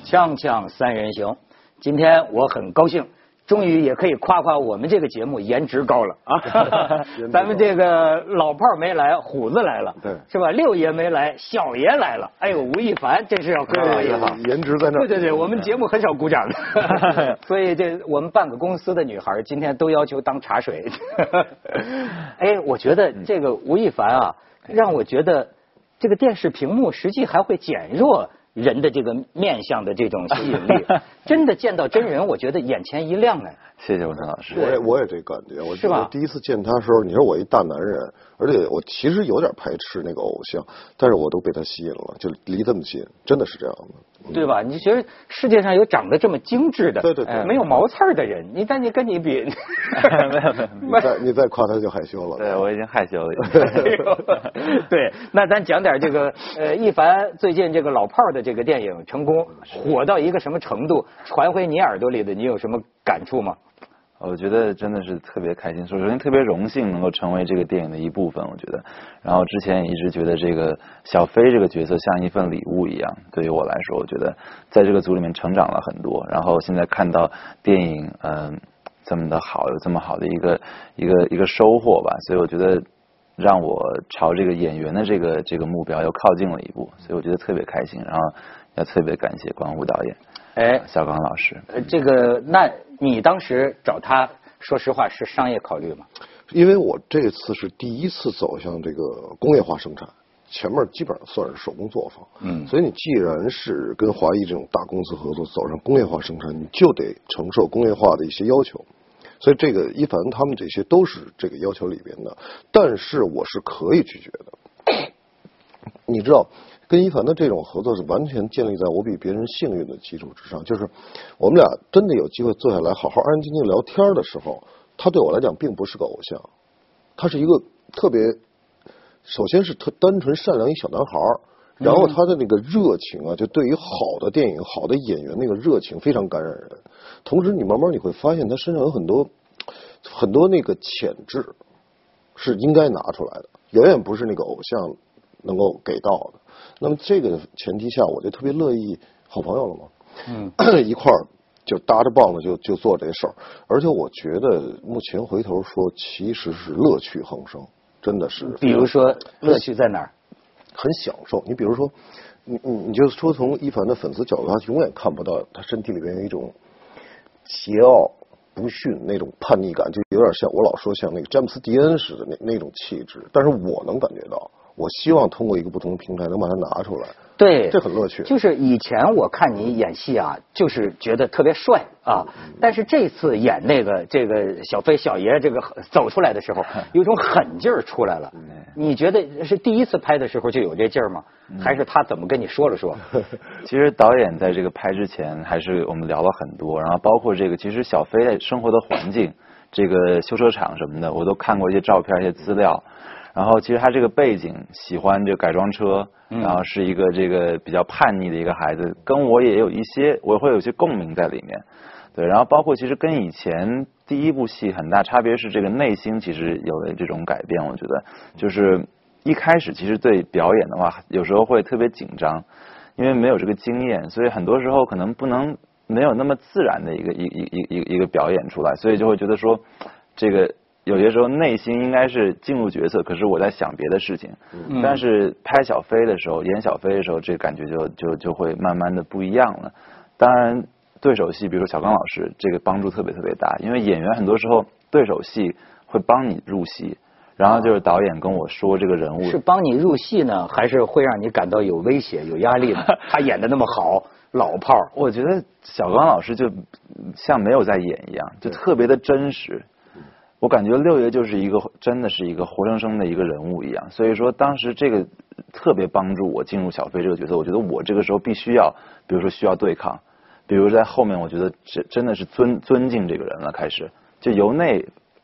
锵锵三人行，今天我很高兴，终于也可以夸夸我们这个节目颜值高了啊！咱们这个老炮没来，虎子来了， 对， 是吧？六爷没来，小爷来了。哎呦，吴亦凡真是要跟我一行， 颜值在那儿。 对对对，我们节目很少鼓掌的，所以这我们半个公司的女孩今天都要求当茶水。哎，我觉得这个吴亦凡啊，让我觉得这个电视屏幕实际还会减弱人的这个面相的这种吸引力，真的见到真人，我觉得眼前一亮哎。 谢谢文成老师。 我也这感觉，我是吧？ 第一次见他的时候，你说我一大男人，而且我其实有点排斥那个偶像，但是我都被他吸引了，就离这么近，真的是这样的， 对吧？你觉得世界上有长得这么精致的， 对对对， 没有毛刺的人，但你跟你比， 你再夸他就害羞了。 对，我已经害羞了。 对，那咱讲点这个亦凡最近这个老炮的这个电影成功火到一个什么程度，传回你耳朵里的，你有什么感触吗？ 我觉得真的是特别开心，首先特别荣幸能够成为这个电影的一部分，我觉得。然后之前也一直觉得这个小飞这个角色像一份礼物一样，对于我来说，我觉得在这个组里面成长了很多。然后现在看到电影，这么的好，有这么好的一个收获吧，所以我觉得让我朝这个演员的这个目标又靠近了一步，所以我觉得特别开心。然后要特别感谢关虎导演。哎，小刚老师， 这个，那你当时找他，说实话是商业考虑吗？ 因为我这次是第一次走向这个工业化生产，前面基本上算是手工作坊，所以你既然是跟华谊这种大公司合作，走上工业化生产，你就得承受工业化的一些要求，所以这个亦凡他们这些都是这个要求里边的，但是我是可以拒绝的，你知道。跟亦凡的这种合作是完全建立在我比别人幸运的基础之上，就是我们俩真的有机会坐下来好好安安静静聊天的时候，他对我来讲并不是个偶像，他是一个特别，首先是特单纯善良一小男孩，然后他的那个热情啊，就对于好的电影、好的演员那个热情非常感染人。同时，你慢慢你会发现他身上有很多那个潜质是应该拿出来的，远远不是那个偶像能够给到的。那么这个前提下，我就特别乐意好朋友了嘛，一块儿就搭着棒子就做这事儿，而且我觉得目前回头说，其实是乐趣横生，真的是。 比如说乐趣在哪儿？ 很享受。你比如说，你就说从亦凡的粉丝角度，他永远看不到他身体里面有一种桀骜不驯那种叛逆感，就有点像我老说像那个詹姆斯迪恩似的那种气质，但是我能感觉到。我希望通过一个不同的平台能把它拿出来， 对， 这很乐趣。 就是以前我看你演戏啊，就是觉得特别帅啊，但是这次演这个小飞小爷这个走出来的时候，有种狠劲儿出来了。你觉得是第一次拍的时候就有这劲儿吗？还是他怎么跟你说了说？ 其实导演在这个拍之前，还是我们聊了很多，然后包括这个，其实小飞生活的环境，这个修车厂什么的，我都看过一些照片、一些资料。然后其实他这个背景喜欢这个改装车，然后是一个这个比较叛逆的一个孩子，跟我也有一些，我会有些共鸣在里面。对，然后包括其实跟以前第一部戏很大差别是这个内心其实有了这种改变，我觉得就是一开始其实对表演的话，有时候会特别紧张，因为没有这个经验，所以很多时候可能没有那么自然的一个表演出来，所以就会觉得说这个。有些时候内心应该是进入角色，可是我在想别的事情。但是拍小飞的时候，演小飞的时候，这个感觉就会慢慢的不一样了。当然，对手戏，比如说小刚老师，这个帮助特别特别大，因为演员很多时候对手戏会帮你入戏，然后就是导演跟我说这个人物是帮你入戏呢，还是会让你感到有威胁、有压力呢？他演的那么好。老炮儿， 我觉得小刚老师就像没有在演一样，就特别的真实。我感觉六爷就是真的是一个活生生的一个人物一样，所以说当时这个特别帮助我进入小飞这个角色。我觉得我这个时候必须要，比如说需要对抗，比如在后面，我觉得真的是尊敬这个人了，开始就由内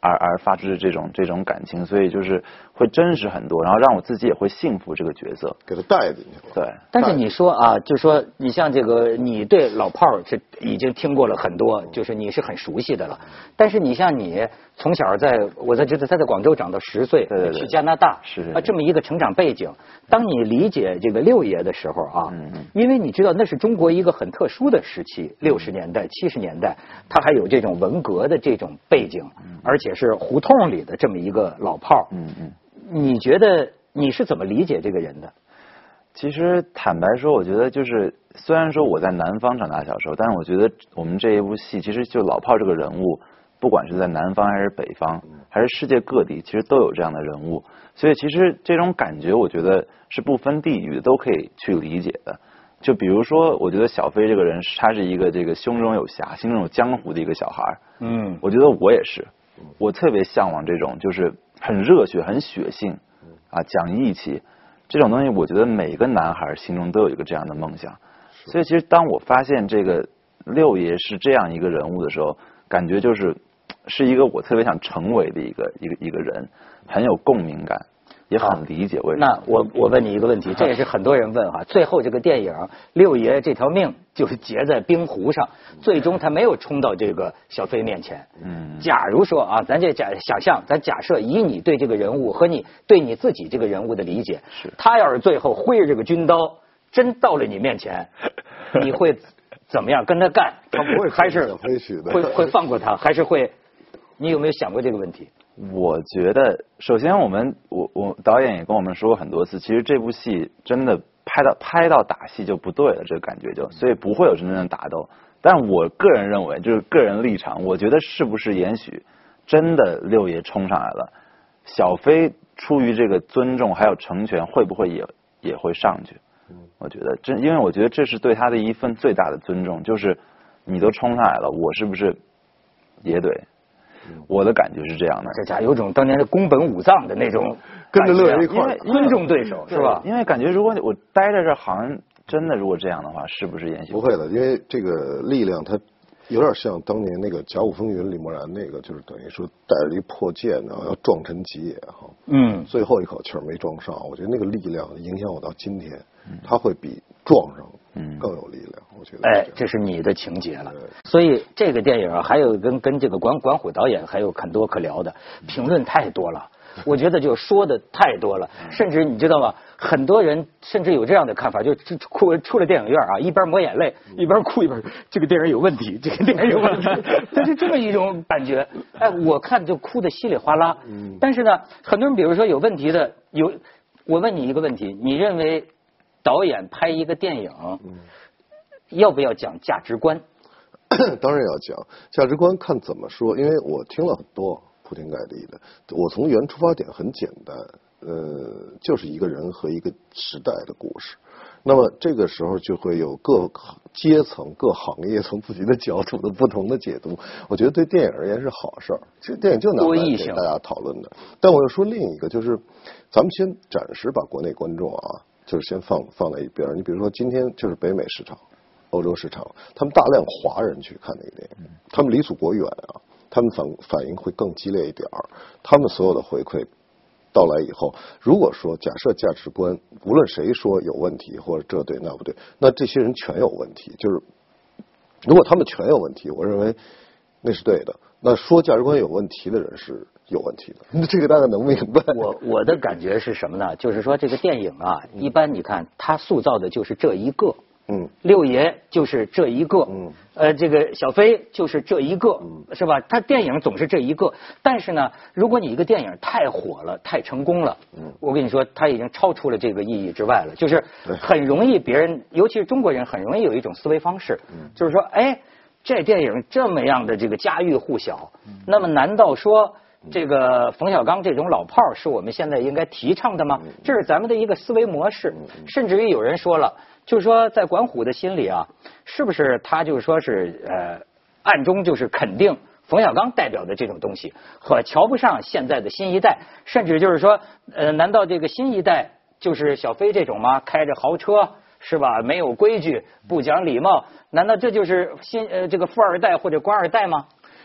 而发出的这种感情，所以就是会真实很多，然后让我自己也会信服这个角色， 给他带进去了。 对。 但是你说啊，就说你像这个，你对老炮儿是已经听过了很多，就是你是很熟悉的了。但是你像你从小我觉得他在广州长到10岁， 对， 去加拿大， 是这么一个成长背景。当你理解这个六爷的时候啊，因为你知道那是中国一个很特殊的时期，60年代、70年代，他还有这种文革的这种背景，而且是胡同里的这么一个老炮儿。你觉得你是怎么理解这个人的？ 其实坦白说，我觉得就是虽然说我在南方长大小时候，但是我觉得我们这一部戏其实就老炮这个人物，不管是在南方还是北方，还是世界各地，其实都有这样的人物。所以其实这种感觉，我觉得是不分地域都可以去理解的。就比如说，我觉得小飞这个人，他是一个这个胸中有侠、心中有江湖的一个小孩。我觉得我也是，我特别向往这种就是很热血、很血性啊，讲义气这种东西。我觉得每个男孩心中都有一个这样的梦想。所以其实当我发现这个六爷是这样一个人物的时候，感觉是一个我特别想成为的一个人，很有共鸣感，也很理解为什么。 那我问你一个问题，这也是很多人问哈。最后这个电影六爷这条命就是结在冰湖上，最终他没有冲到这个小飞面前。假如说啊，咱假设以你对这个人物和你对你自己这个人物的理解，他要是最后挥着这个军刀真到了你面前，你会怎么样跟他干？ 他不会还是会放过他，还是会？你有没有想过这个问题？ 我觉得，首先我导演也跟我们说过很多次，其实这部戏真的拍到打戏就不对了，这个感觉所以不会有真正的打斗。但我个人认为，就是个人立场，我觉得是不是也许真的六爷冲上来了，小飞出于这个尊重还有成全，会不会也会上去？我觉得因为我觉得这是对他的一份最大的尊重，就是你都冲上来了，我是不是也得？我的感觉是这样的， 这家有种当年的宫本武藏的那种跟着乐爷一块儿尊重对手，是吧？ 因为感觉如果我待在这，好像真的如果这样的话，是不是延续？ 不会的，因为这个力量它有点像当年那个《甲午风云》李默然那个，就是等于说带着一破剑呢，要撞沉吉野哈。最后一口气没撞上，我觉得那个力量影响我到今天，它会比撞上更有力量。我觉得， 这是你的情节了。所以这个电影啊，还有跟这个管虎导演还有很多可聊的，评论太多了。我觉得就说的太多了，甚至你知道吗？很多人甚至有这样的看法，就出了电影院啊，一边抹眼泪一边哭一边，这个电影有问题，这个电影有问题，它是这么一种感觉。我看就哭得稀里哗啦。但是呢，很多人比如说有问题的我问你一个问题，你认为导演拍一个电影，要不要讲价值观？ 当然要讲价值观，看怎么说。因为我听了很多铺天盖地的，我从原出发点很简单，就是一个人和一个时代的故事。那么这个时候就会有各阶层、各行业从自己的角度的不同的解读。我觉得对电影而言是好事儿，其实电影就拿来给大家讨论的。但我要说另一个，就是咱们先暂时把国内观众啊，就是先放在一边。你比如说今天就是北美市场、欧洲市场，他们大量华人去看那个电影，他们离祖国远啊，他们反应会更激烈一点儿。他们所有的回馈到来以后，如果说假设价值观无论谁说有问题或者这对那不对，那这些人全有问题。就是如果他们全有问题，我认为那是对的。那说价值观有问题的人是有问题的，这个大家能明白。 我的感觉是什么呢？就是说这个电影啊，一般你看他塑造的就是这一个。六爷就是这一个，这个小飞就是这一个，是吧？他电影总是这一个，但是呢，如果你一个电影太火了、太成功了，我跟你说，他已经超出了这个意义之外了，就是很容易别人，尤其是中国人，很容易有一种思维方式，就是说，这电影这么样的这个家喻户晓，那么难道说这个冯小刚这种老炮儿是我们现在应该提倡的吗？这是咱们的一个思维模式，甚至于有人说了。就是说，在管虎的心里啊，是不是他就是说是暗中就是肯定冯小刚代表的这种东西，和瞧不上现在的新一代，甚至就是说，难道这个新一代就是小飞这种吗？开着豪车是吧？没有规矩，不讲礼貌，难道这就是这个富二代或者官二代吗？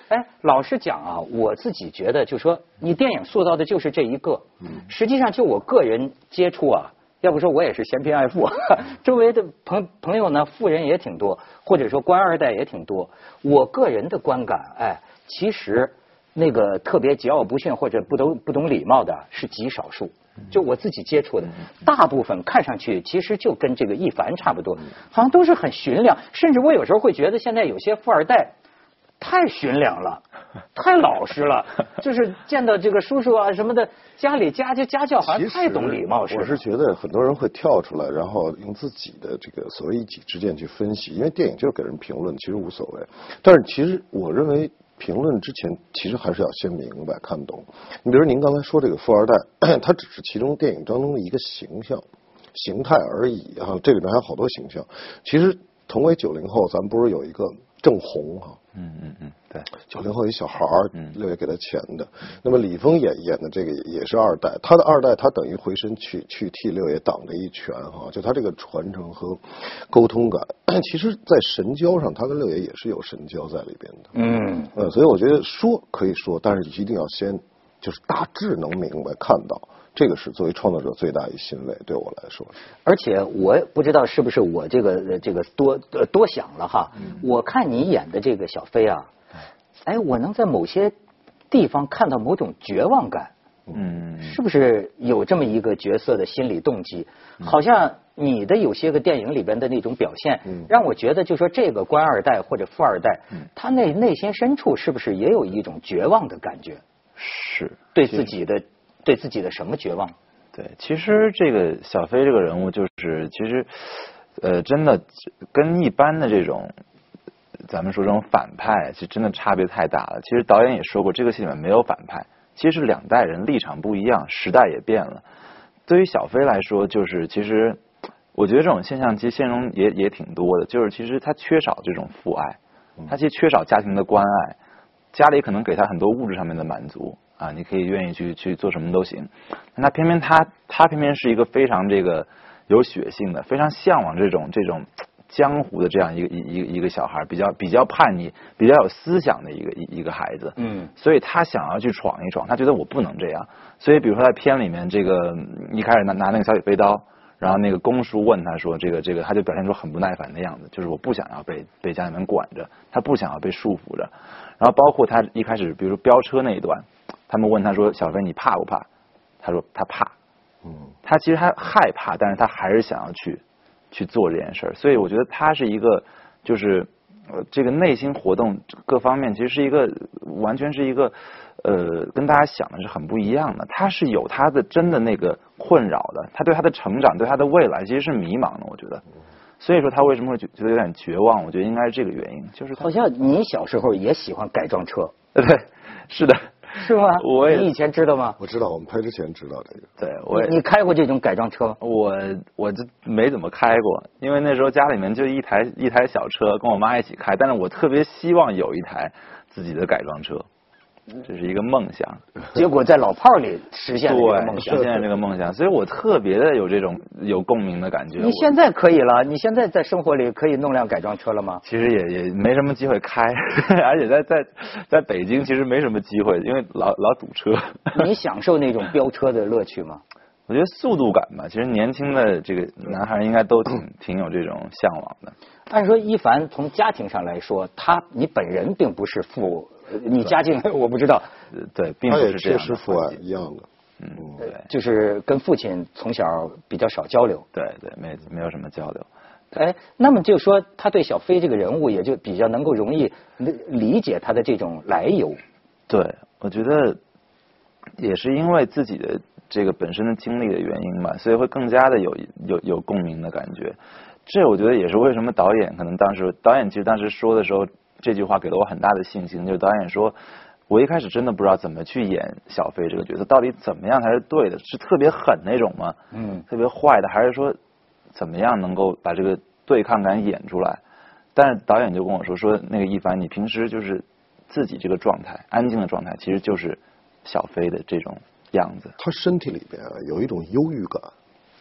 哎，老实讲啊，我自己觉得，就说你电影塑造的就是这一个，实际上就我个人接触啊，要不说我也是嫌贫爱富，周围的朋友呢，富人也挺多，或者说官二代也挺多。我个人的观感，哎，其实那个特别桀骜不驯或者不懂礼貌的是极少数。就我自己接触的，大部分看上去其实就跟这个一凡差不多，好像都是很驯良，甚至我有时候会觉得现在有些富二代太驯良了，太老实了，就是见到这个叔叔啊什么的，家里家教好像太懂礼貌似的。 我是觉得很多人会跳出来，然后用自己的这个所谓一己之见去分析，因为电影就是给人评论，其实无所谓。但是其实我认为评论之前，其实还是要先明白看懂。你比如您刚才说这个富二代，他只是其中电影当中的一个形态而已哈，这里面还有好多形象。其实同为90后，咱们不是有一个郑红哈？对，90后一小孩儿，六爷给他钱的。那么李峰演的这个也是二代，他的二代他等于回身去替六爷挡了一拳哈，就他这个传承和沟通感，其实在神交上，他跟六爷也是有神交在里边的。所以我觉得说可以说，但是一定要先就是大致能明白看到。这个是作为创作者最大一欣慰，对我来说。 而且我不知道是不是我这个多想了哈。我看你演的这个小飞啊，哎，我能在某些地方看到某种绝望感。是不是有这么一个角色的心理动机？好像你的有些个电影里边的那种表现，让我觉得就说这个官二代或者富二代，他内心深处是不是也有一种绝望的感觉？ 是对自己的什么绝望？ 对，其实这个小飞这个人物就是其实真的跟一般的这种咱们说这种反派，其实真的差别太大了。其实导演也说过，这个戏里面没有反派，其实是两代人立场不一样，时代也变了。对于小飞来说，就是其实我觉得这种现象其实现实中也挺多的，就是其实他缺少这种父爱，他其实缺少家庭的关爱，家里可能给他很多物质上面的满足啊，你可以愿意去做什么都行，但他偏偏是一个非常这个有血性的，非常向往这种江湖的这样一个小孩，比较叛逆，比较有思想的一个孩子。所以他想要去闯一闯，他觉得我不能这样。所以比如说在片里面，这个一开始拿那个小铁飞刀，然后那个公叔问他说这个，他就表现出很不耐烦的样子，就是我不想要被家里面管着，他不想要被束缚着。然后包括他一开始比如说飙车那一段，他们问他说小飞你怕不怕？他说他怕。他其实他害怕，但是他还是想要去做这件事儿。所以我觉得他是一个就是这个内心活动各方面其实是一个完全是一个跟大家想的是很不一样的。他是有他的真的那个困扰的，他对他的成长对他的未来其实是迷茫的，我觉得。所以说他为什么会觉得有点绝望，我觉得应该是这个原因，就是好像你小时候也喜欢改装车。 对，是的。 是吗？你以前知道吗？ 我知道，我们拍之前知道这个。 对， 你开过这种改装车？ 我就没怎么开过，因为那时候家里面就一台小车，跟我妈一起开，但是我特别希望有一台自己的改装车，这是一个梦想。 结果在老炮里实现了这个梦想， 实现了这个梦想，所以我特别的有这种有共鸣的感觉。 你现在可以了？你现在在生活里可以弄辆改装车了吗？ 其实也没什么机会开，而且在北京其实没什么机会，因为老堵车。 你享受那种飙车的乐趣吗？ 我觉得速度感吧，其实年轻的这个男孩应该都挺有这种向往的。 按说一凡从家庭上来说，你本人并不是你家境我不知道。 对，并不是这样的。 他也确实父爱一样的。 对，就是跟父亲从小比较少交流。 对，没有什么交流。 哎，那么就说他对小飞这个人物也就比较能够容易理解他的这种来由。 对，我觉得也是因为自己的这个本身的经历的原因吧，所以会更加的有共鸣的感觉。这我觉得也是为什么导演其实当时说的时候，这句话给了我很大的信心，就是导演说，我一开始真的不知道怎么去演小飞这个角色，到底怎么样才是对的？是特别狠那种吗？特别坏的，还是说怎么样能够把这个对抗感演出来？但是导演就跟我说那个一凡，你平时就是自己这个状态，安静的状态，其实就是小飞的这种样子。 他身体里边有一种忧郁感，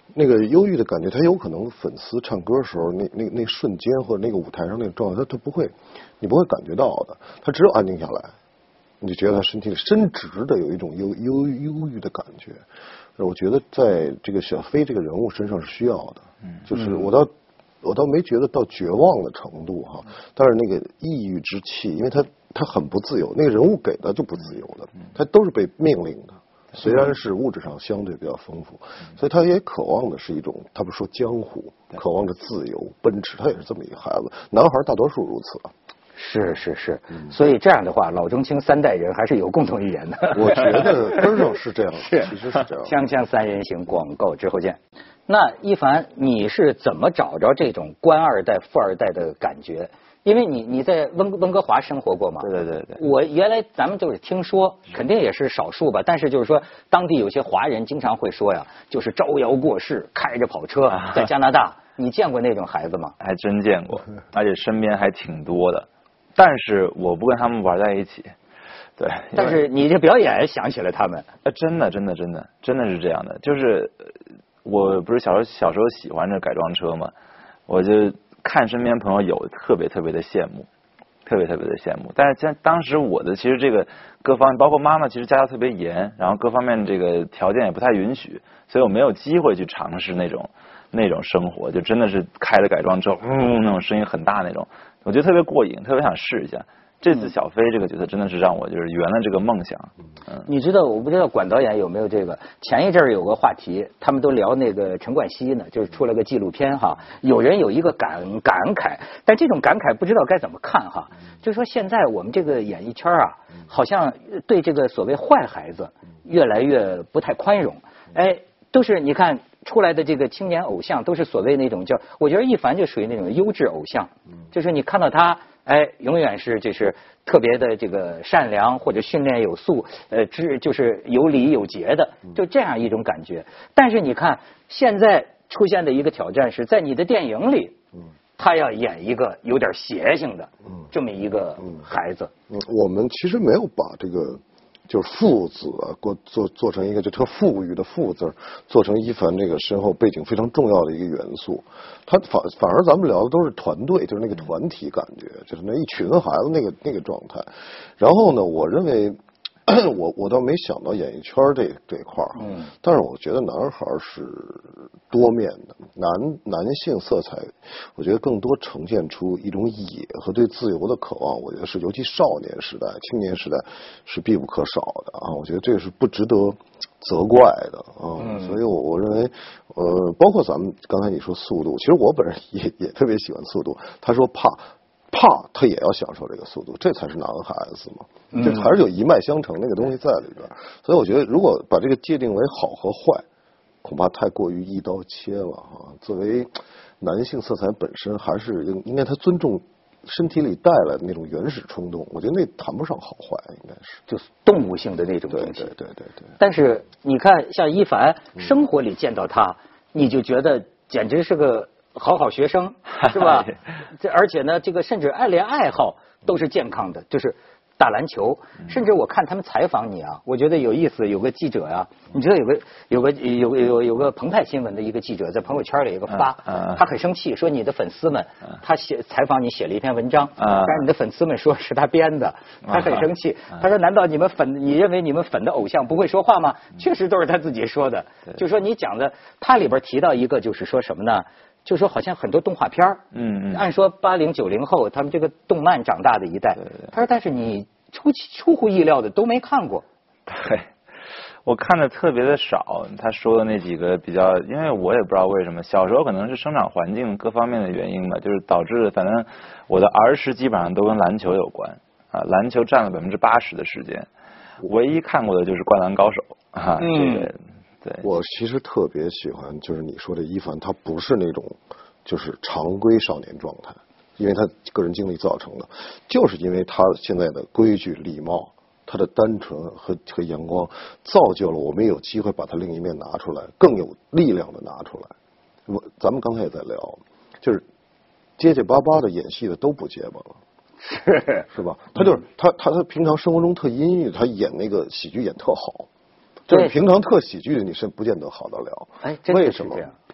那个忧郁的感觉，他有可能粉丝唱歌的时候那瞬间或者那个舞台上那个状态，他不会，你不会感觉到的，他只有安静下来，你就觉得他身体里深植的有一种忧郁的感觉。我觉得在这个小飞这个人物身上是需要的，就是我倒没觉得到绝望的程度哈，但是那个抑郁之气，因为他很不自由，那个人物给的就不自由的，他都是被命令的。虽然是物质上相对比较丰富，所以他也渴望的是一种，他不说江湖，渴望着自由奔驰，他也是这么一个孩子。男孩大多数如此。 是，所以这样的话，老中青三代人还是有共同语言的。 我觉得根上是这样，其实是这样。 锵锵三人行，广告之后见。那一凡，你是怎么找着这种官二代、富二代的感觉？因为你在温哥华生活过嘛？ 对。 我原来咱们就是听说，肯定也是少数吧。但是就是说，当地有些华人经常会说呀，就是招摇过市，开着跑车在加拿大。你见过那种孩子吗？ 还真见过，而且身边还挺多的。但是我不跟他们玩在一起。对。 但是你这表演想起了他们。 真的是这样的。就是我不是小时候喜欢这改装车嘛，我就看身边朋友有特别的羡慕，但是当时我的其实这个各方面，包括妈妈其实家教特别严，然后各方面这个条件也不太允许，所以我没有机会去尝试那种生活，就真的是开着改装车，那种声音很大那种，我觉得特别过瘾，特别想试一下。这次小飞这个角色真的是让我就是圆了这个梦想。 你知道，我不知道管导演有没有这个？前一阵儿有个话题，他们都聊那个陈冠希呢，就是出了个纪录片哈。有人有一个感慨，但这种感慨不知道该怎么看哈。就是说现在我们这个演艺圈啊，好像对这个所谓坏孩子越来越不太宽容。都是你看出来的这个青年偶像，都是所谓那种叫，我觉得一凡就属于那种优质偶像，就是你看到他。永远是就是特别的这个善良或者训练有素，就是有礼有节的，就这样一种感觉。但是你看现在出现的一个挑战是在你的电影里，他要演一个有点邪性的这么一个孩子。 我们其实没有把这个就是父子啊，做成一个就特富裕的富字，做成一凡这个身后背景非常重要的一个元素。他反而咱们聊的都是团队，就是那个团体感觉，就是那一群孩子那个状态。然后呢，我认为我倒没想到演艺圈这一块儿，但是我觉得男孩是多面的，男性色彩，我觉得更多呈现出一种野和对自由的渴望，我觉得是尤其少年时代、青年时代是必不可少的啊，我觉得这个是不值得责怪的啊，所以我认为包括咱们刚才你说速度，其实我本人也特别喜欢速度，他说怕他也要享受这个速度，这才是男孩子嘛，这还是有一脉相承那个东西在里边。所以我觉得，如果把这个界定为好和坏，恐怕太过于一刀切了哈。作为男性色彩本身，还是应该他尊重身体里带来的那种原始冲动，我觉得那谈不上好坏，应该是就是动物性的那种东西。 对。 但是你看，像一凡，生活里见到他，你就觉得简直是个好学生，是吧？而且呢，这个甚至连爱好都是健康的，就是打篮球。甚至我看他们采访你啊，我觉得有意思。有个记者啊，你知道有个澎湃新闻的一个记者在朋友圈里有个发，他很生气，说你的粉丝们，他采访你写了一篇文章，但是你的粉丝们说是他编的，他很生气。他说：“难道你认为你们粉的偶像不会说话吗？”确实都是他自己说的。就说你讲的，他里边提到一个，就是说什么呢？就说好像很多动画片按说80、90后他们这个动漫长大的一代，他说但是你出乎意料的都没看过。 对，我看的特别的少。他说的那几个比较，因为我也不知道为什么，小时候可能是生长环境各方面的原因吧，就是导致反正我的儿时基本上都跟篮球有关啊，篮球占了80%的时间，唯一看过的就是《灌篮高手》啊，这个。对， 我其实特别喜欢，就是你说的一凡，他不是那种就是常规少年状态，因为他个人经历造成的，就是因为他现在的规矩、礼貌，他的单纯和阳光，造就了我们有机会把他另一面拿出来，更有力量的拿出来。咱们刚才也在聊，就是结结巴巴的演戏的都不结巴了，是吧？他就是他平常生活中特阴郁，他演那个喜剧演特好。就是平常特喜剧的你是不见得好得了， 为什么？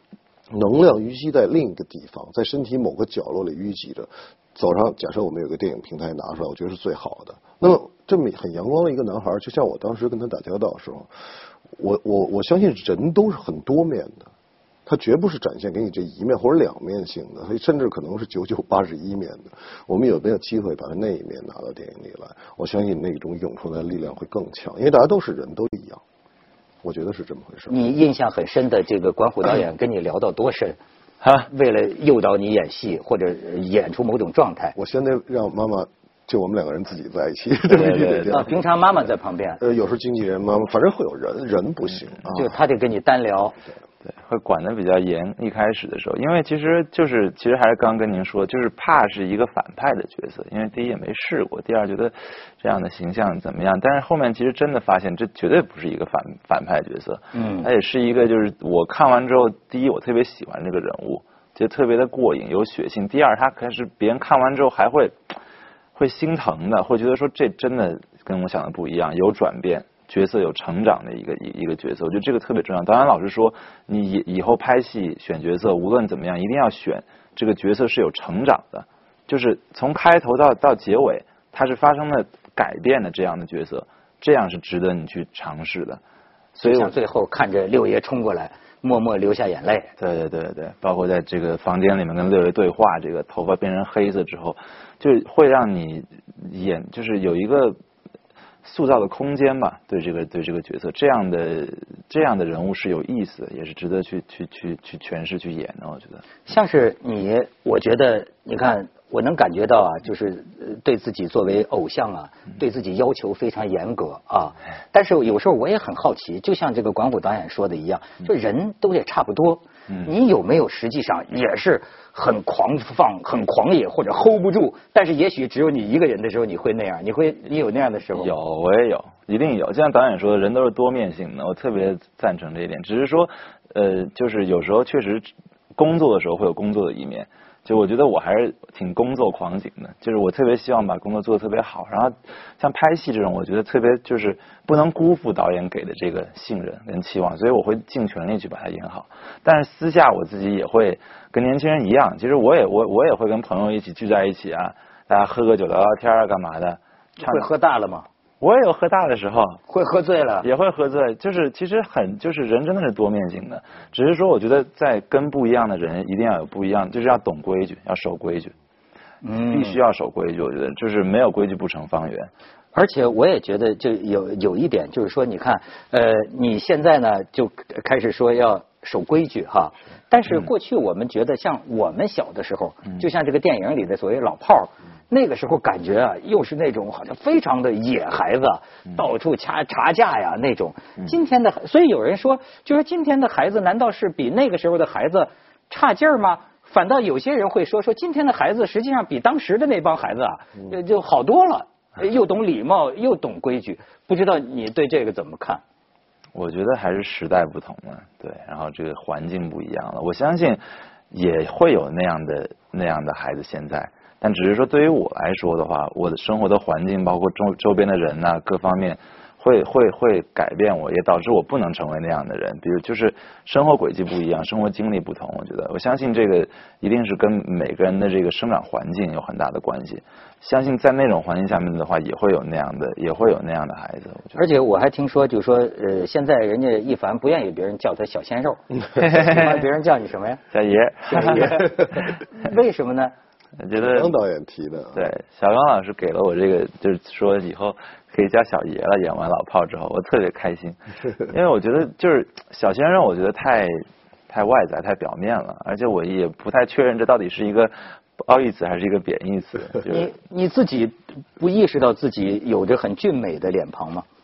能量淤积在另一个地方，在身体某个角落里淤积着。早上假设我们有个电影平台拿出来，我觉得是最好的。那么这么很阳光的一个男孩，就像我当时跟他打交道的时候，我相信人都是很多面的，他绝不是展现给你这一面或者两面性的，他甚至可能是9981面的。我们有没有机会把那一面拿到电影里来？我相信那种涌出来的力量会更强，因为大家都是人，都一样。我觉得是这么回事。 你印象很深的这个管虎导演跟你聊到多深？为了诱导你演戏或者演出某种状态， 我现在让妈妈就我们两个人自己在一起。 对，平常妈妈在旁边。 有时候经纪人妈妈，反正会有人不行， 就他得跟你单聊。 对，会管得比较严。一开始的时候，因为其实还是刚跟您说，就是怕是一个反派的角色，因为第一也没试过，第二觉得这样的形象怎么样。但是后面其实真的发现，这绝对不是一个反派角色。他也是一个，就是我看完之后，第一我特别喜欢这个人物，就特别的过瘾，有血性。第二，他可是别人看完之后还会心疼的，会觉得说这真的跟我想的不一样，有转变。角色有成长的一个角色，我觉得这个特别重要。导演老师说，你以后拍戏选角色，无论怎么样，一定要选这个角色是有成长的，就是从开头到结尾，它是发生了改变的这样的角色，这样是值得你去尝试的。所以我最后看着六爷冲过来，默默流下眼泪。 对，包括在这个房间里面跟六爷对话，这个头发变成黑色之后，就会让你就是有一个塑造的空间吧，对这个角色，这样的人物是有意思的，也是值得去诠释去演的。我觉得像是你，我觉得你看，我能感觉到啊，就是对自己作为偶像啊，对自己要求非常严格啊。但是有时候我也很好奇，就像这个管虎导演说的一样，就人都也差不多。你有没有实际上也是很狂放、很狂野，或者 hold 不住？但是也许只有你一个人的时候，你会那样，你有那样的时候？ 有，我也有，一定有。就像导演说的，人都是多面性的，我特别赞成这一点。只是说，就是有时候确实工作的时候会有工作的一面。就我觉得我还是挺工作狂型的，就是我特别希望把工作做得特别好，然后像拍戏这种，我觉得特别就是不能辜负导演给的这个信任跟期望，所以我会尽全力去把它演好。但是私下我自己也会跟年轻人一样，其实我也会跟朋友一起聚在一起啊，大家喝个酒聊聊天啊，干嘛的？ 会喝大了吗？ 我也有喝大的时候， 会喝醉了， 也会喝醉，就是其实就是人真的是多面性的，只是说我觉得在跟不一样的人一定要有不一样，就是要懂规矩，要守规矩，必须要守规矩，我觉得就是没有规矩不成方圆。 而且我也觉得就有一点就是说，你看，你现在呢就开始说要守规矩哈，但是过去我们觉得像我们小的时候，就像这个电影里的所谓老炮儿。那个时候感觉啊，又是那种好像非常的野孩子，到处查价呀那种。今天的，所以有人说，就是今天的孩子难道是比那个时候的孩子差劲儿吗？反倒有些人会说今天的孩子实际上比当时的那帮孩子啊，就好多了，又懂礼貌，又懂规矩。不知道你对这个怎么看？ 我觉得还是时代不同了，对，然后这个环境不一样了。我相信也会有那样的孩子现在。但只是说，对于我来说的话，我的生活的环境，包括周边的人呐，各方面会改变我，也导致我不能成为那样的人。比如就是生活轨迹不一样，生活经历不同，我相信这个一定是跟每个人的这个生长环境有很大的关系。相信在那种环境下面的话，也会有那样的孩子。我觉得而且我还听说，就是说，现在人家一凡不愿意别人叫他小鲜肉，别人叫你什么呀？ 小爷。 为什么呢？ 我觉得刚导演提的， 对，小刚老师给了我这个，就是说以后可以叫小爷了。演完老炮之后，我特别开心，因为我觉得就是小鲜肉，我觉得太外在、太表面了，而且我也不太确认这到底是一个褒义词还是一个贬义词。 你自己不意识到自己有着很俊美的脸庞吗？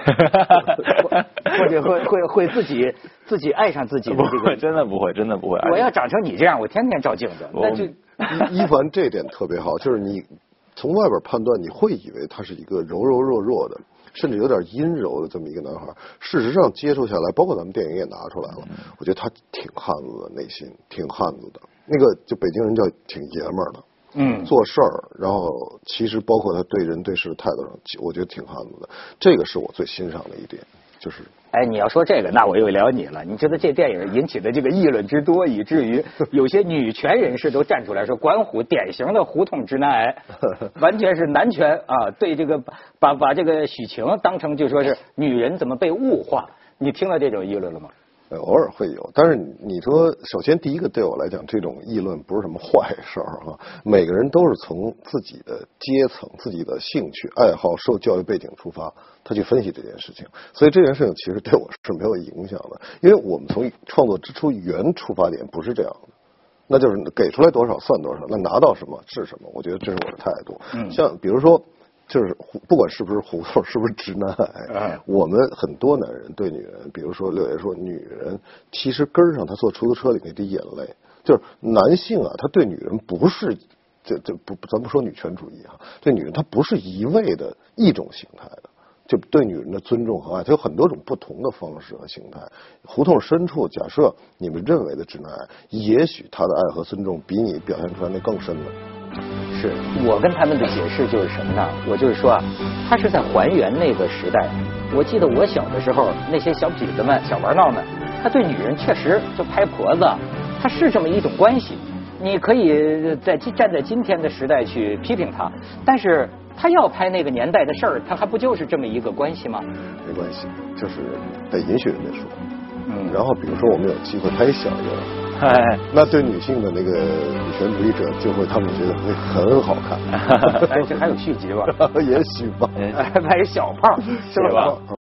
或者会自己爱上自己的这个？ 真的不会。 我要长成你这样，我天天照镜子，那就。 一凡这点特别好，就是你从外边判断，你会以为他是一个柔柔弱的，甚至有点阴柔的这么一个男孩。事实上接触下来，包括咱们电影也拿出来了，我觉得他挺汉子的，内心挺汉子的。那个就北京人叫挺爷们儿的，做事儿，然后其实包括他对人对事的态度上，我觉得挺汉子的。这个是我最欣赏的一点。 就是哎，你要说这个，那我又聊你了。你知道这电影引起的这个议论之多，以至于有些女权人士都站出来说，管虎典型的胡同直男癌，完全是男权啊！对这个把这个许晴当成就说是女人怎么被物化？你听到这种议论了吗？ 偶尔会有，但是你说，首先第一个对我来讲，这种议论不是什么坏事儿哈。每个人都是从自己的阶层、自己的兴趣、爱好、受教育背景出发，他去分析这件事情。所以这件事情其实对我是没有影响的，因为我们从创作之初原出发点不是这样的，那就是给出来多少算多少，那拿到什么是什么。我觉得这是我的态度。像比如说。就是不管是不是胡同，是不是直男癌，我们很多男人对女人，比如说六爷说，女人其实根儿上他坐出租车里那滴眼泪，就是男性啊，他对女人不是咱不说女权主义啊，对女人他不是一味的一种形态的，就对女人的尊重和爱，它有很多种不同的方式和形态。胡同深处，假设你们认为的直男癌，也许他的爱和尊重比你表现出来那更深呢。 是我跟他们的解释就是什么呢？我就是说啊，他是在还原那个时代。我记得我小的时候，那些小痞子们、小玩闹们，他对女人确实就拍婆子，他是这么一种关系。你可以站在今天的时代去批评他，但是他要拍那个年代的事儿，他还不就是这么一个关系吗？ 没关系，就是得允许人家说。然后比如说我们有机会拍小人，那对女性的那个女权主义者就会他们觉得会很好看。 哎，这还有续集吧？ 也许吧。 拍小胖是吧？